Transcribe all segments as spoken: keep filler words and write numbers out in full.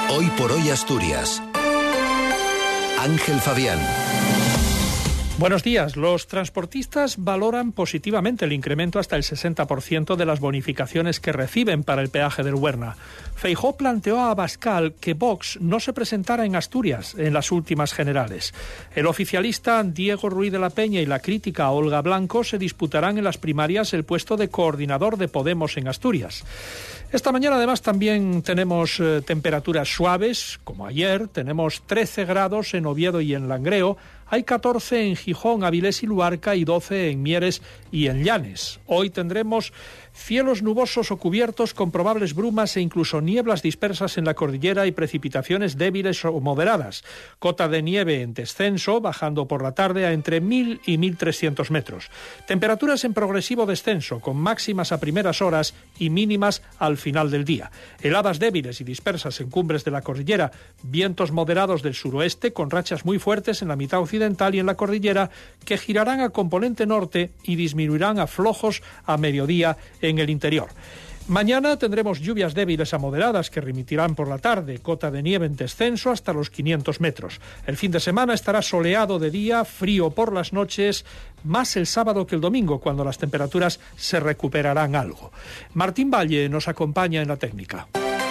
Hoy por hoy Asturias. Ángel Fabián. Buenos días. Los transportistas valoran positivamente el incremento hasta el sesenta por ciento de las bonificaciones que reciben para el peaje del Huerna. Feijóo planteó a Abascal que Vox no se presentara en Asturias en las últimas generales. El oficialista Diego Ruiz de la Peña y la crítica Olga Blanco se disputarán en las primarias el puesto de coordinador de Podemos en Asturias. Esta mañana además también tenemos eh, temperaturas suaves, como ayer. Tenemos trece grados en Oviedo y en Langreo. Hay catorce en Gijón, Avilés y Luarca y doce en Mieres y en Llanes. Hoy tendremos cielos nubosos o cubiertos con probables brumas e incluso nieblas dispersas en la cordillera y precipitaciones débiles o moderadas. Cota de nieve en descenso, bajando por la tarde a entre mil y mil trescientos metros. Temperaturas en progresivo descenso, con máximas a primeras horas y mínimas al final del día. Heladas débiles y dispersas en cumbres de la cordillera. Vientos moderados del suroeste con rachas muy fuertes en la mitad occidental y en la cordillera, que girarán a componente norte y disminuirán a flojos a mediodía en el interior. Mañana tendremos lluvias débiles a moderadas que remitirán por la tarde, cota de nieve en descenso hasta los quinientos metros. El fin de semana estará soleado de día, frío por las noches, más el sábado que el domingo, cuando las temperaturas se recuperarán algo. Martín Valle nos acompaña en la técnica.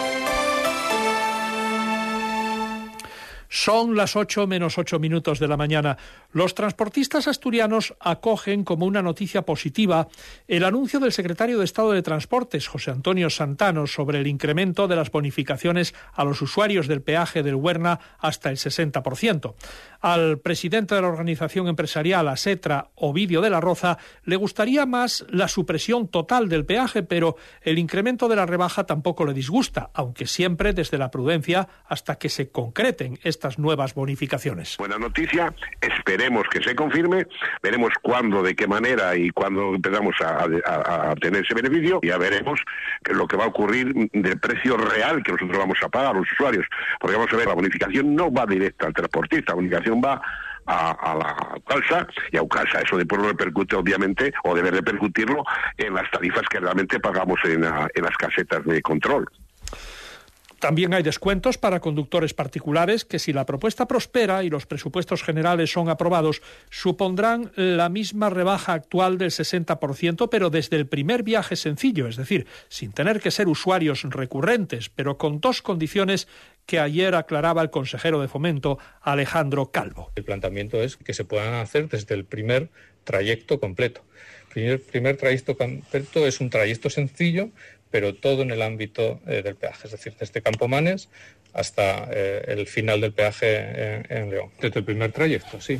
Son las ocho menos ocho minutos de la mañana. Los transportistas asturianos acogen como una noticia positiva el anuncio del secretario de Estado de Transportes, José Antonio Santano, sobre el incremento de las bonificaciones a los usuarios del peaje del Huerna hasta el sesenta por ciento. Al presidente de la organización empresarial ASETRA, Ovidio de la Roza, le gustaría más la supresión total del peaje, pero el incremento de la rebaja tampoco le disgusta, aunque siempre desde la prudencia hasta que se concreten estas nuevas bonificaciones. Buena noticia, esperemos que se confirme, veremos cuándo, de qué manera y cuándo empezamos a, a, a tener ese beneficio. Ya veremos lo que va a ocurrir del precio real que nosotros vamos a pagar a los usuarios, porque vamos a ver, la bonificación no va directa al transportista, la bonificación va a, a la Ucalsa, y a Ucalsa eso después no repercute obviamente, o debe repercutirlo en las tarifas que realmente pagamos en, a, en las casetas de control. También hay descuentos para conductores particulares que, si la propuesta prospera y los presupuestos generales son aprobados, supondrán la misma rebaja actual del sesenta por ciento, pero desde el primer viaje sencillo, es decir, sin tener que ser usuarios recurrentes, pero con dos condiciones que ayer aclaraba el consejero de Fomento, Alejandro Calvo. El planteamiento es que se puedan hacer desde el primer trayecto completo. El primer, primer trayecto completo es un trayecto sencillo, pero todo en el ámbito eh, del peaje, es decir, desde Campomanes hasta eh, el final del peaje en, en León. Desde el primer trayecto, sí.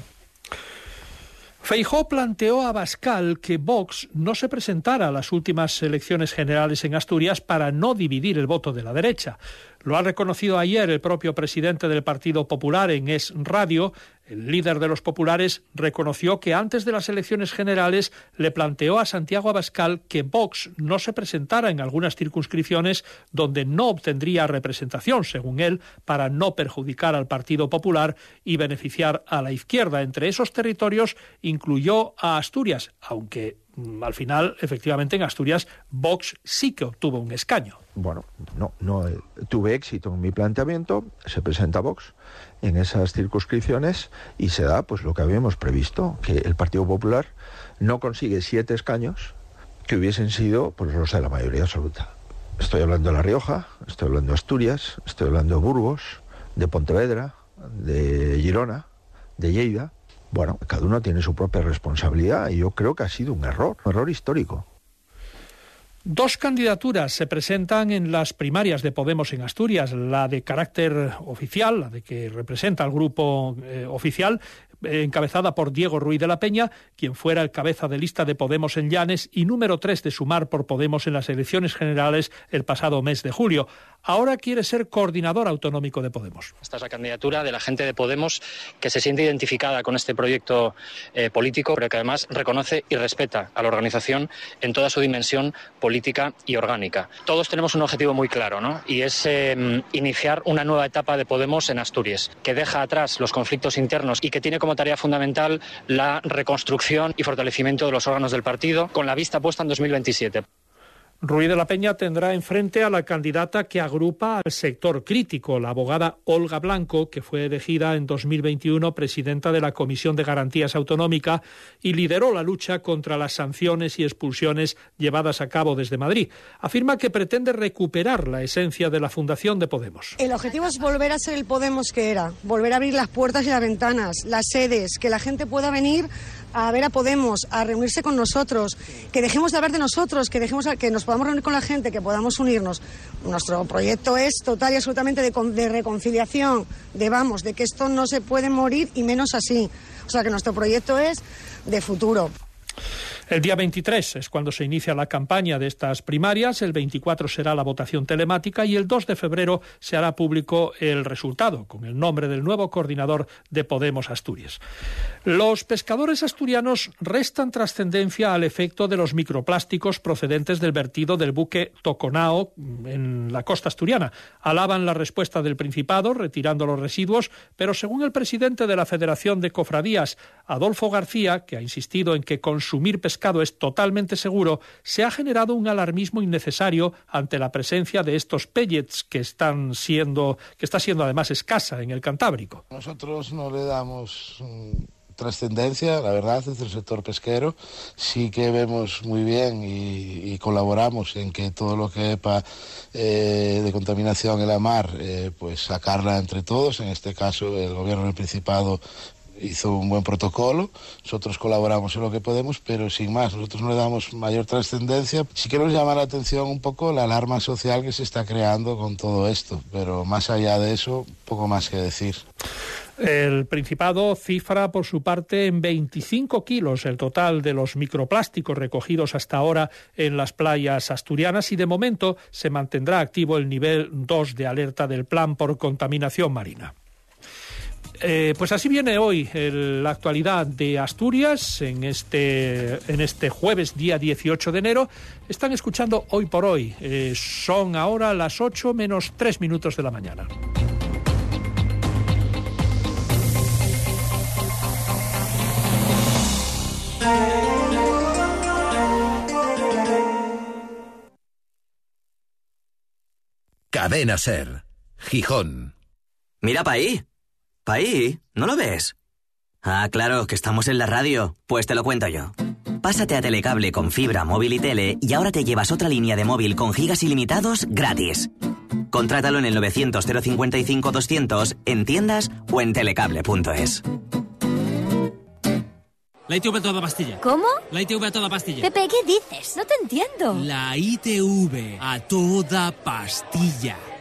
Feijóo planteó a Abascal que Vox no se presentara a las últimas elecciones generales en Asturias para no dividir el voto de la derecha. Lo ha reconocido ayer el propio presidente del Partido Popular en Es Radio. El líder de los populares reconoció que antes de las elecciones generales le planteó a Santiago Abascal que Vox no se presentara en algunas circunscripciones donde no obtendría representación, según él, para no perjudicar al Partido Popular y beneficiar a la izquierda. Entre esos territorios incluyó a Asturias, aunque al final, efectivamente, en Asturias, Vox sí que obtuvo un escaño. Bueno, no, no eh, tuve éxito en mi planteamiento, se presenta Vox en esas circunscripciones y se da pues lo que habíamos previsto, que el Partido Popular no consigue siete escaños que hubiesen sido pues los de la mayoría absoluta. Estoy hablando de La Rioja, estoy hablando de Asturias, estoy hablando de Burgos, de Pontevedra, de Girona, de Lleida. Bueno, cada uno tiene su propia responsabilidad y yo creo que ha sido un error, un error histórico. Dos candidaturas se presentan en las primarias de Podemos en Asturias, la de carácter oficial, la de que representa al grupo eh, oficial, eh, encabezada por Diego Ruiz de la Peña, quien fuera el cabeza de lista de Podemos en Llanes y número tres de Sumar por Podemos en las elecciones generales el pasado mes de julio. Ahora quiere ser coordinador autonómico de Podemos. Esta es la candidatura de la gente de Podemos que se siente identificada con este proyecto eh, político, pero que además reconoce y respeta a la organización en toda su dimensión política y orgánica. Todos tenemos un objetivo muy claro, ¿no? Y es eh, iniciar una nueva etapa de Podemos en Asturias, que deja atrás los conflictos internos y que tiene como tarea fundamental la reconstrucción y fortalecimiento de los órganos del partido, con la vista puesta en dos mil veintisiete. Ruiz de la Peña tendrá enfrente a la candidata que agrupa al sector crítico, la abogada Olga Blanco, que fue elegida en dos mil veintiuno presidenta de la Comisión de Garantías Autonómica y lideró la lucha contra las sanciones y expulsiones llevadas a cabo desde Madrid. Afirma que pretende recuperar la esencia de la fundación de Podemos. El objetivo es volver a ser el Podemos que era, volver a abrir las puertas y las ventanas, las sedes, que la gente pueda venir a ver a Podemos, a reunirse con nosotros, que dejemos de hablar de nosotros, que dejemos que nos podamos reunir con la gente, que podamos unirnos. Nuestro proyecto es total y absolutamente de, de reconciliación, de vamos, de que esto no se puede morir y menos así. O sea que nuestro proyecto es de futuro. El día veintitrés es cuando se inicia la campaña de estas primarias, el veinticuatro será la votación telemática y el dos de febrero se hará público el resultado, con el nombre del nuevo coordinador de Podemos Asturias. Los pescadores asturianos restan trascendencia al efecto de los microplásticos procedentes del vertido del buque Toconao en la costa asturiana. Alaban la respuesta del Principado, retirando los residuos, pero según el presidente de la Federación de Cofradías, Adolfo García, que ha insistido en que consumir pescado pescado es totalmente seguro, se ha generado un alarmismo innecesario ante la presencia de estos pellets que están siendo, que está siendo además escasa en el Cantábrico. Nosotros no le damos mm, trascendencia, la verdad, desde el sector pesquero. Sí que vemos muy bien y, y colaboramos en que todo lo que epa eh, de contaminación en la mar, eh, pues sacarla entre todos. En este caso, el gobierno del Principado hizo un buen protocolo, nosotros colaboramos en lo que podemos, pero sin más, nosotros no le damos mayor trascendencia. Sí que nos llama la atención un poco la alarma social que se está creando con todo esto, pero más allá de eso, poco más que decir. El Principado cifra por su parte en veinticinco kilos el total de los microplásticos recogidos hasta ahora en las playas asturianas y de momento se mantendrá activo el nivel dos de alerta del plan por contaminación marina. Eh, pues así viene hoy el, la actualidad de Asturias en este, en este jueves, día dieciocho de enero. Están escuchando Hoy por Hoy. Eh, son ahora las ocho menos tres minutos de la mañana. Cadena SER, Gijón. Mira pa' ahí. ¿Pa' ahí? ¿No lo ves? Ah, claro, que estamos en la radio. Pues te lo cuento yo. Pásate a Telecable con fibra, móvil y tele y ahora te llevas otra línea de móvil con gigas ilimitados gratis. Contrátalo en el novecientos cero cincuenta y cinco doscientos, en tiendas o en telecable punto es. La I T V a toda pastilla. ¿Cómo? La I T V a toda pastilla. Pepe, ¿qué dices? No te entiendo. La I T V a toda pastilla.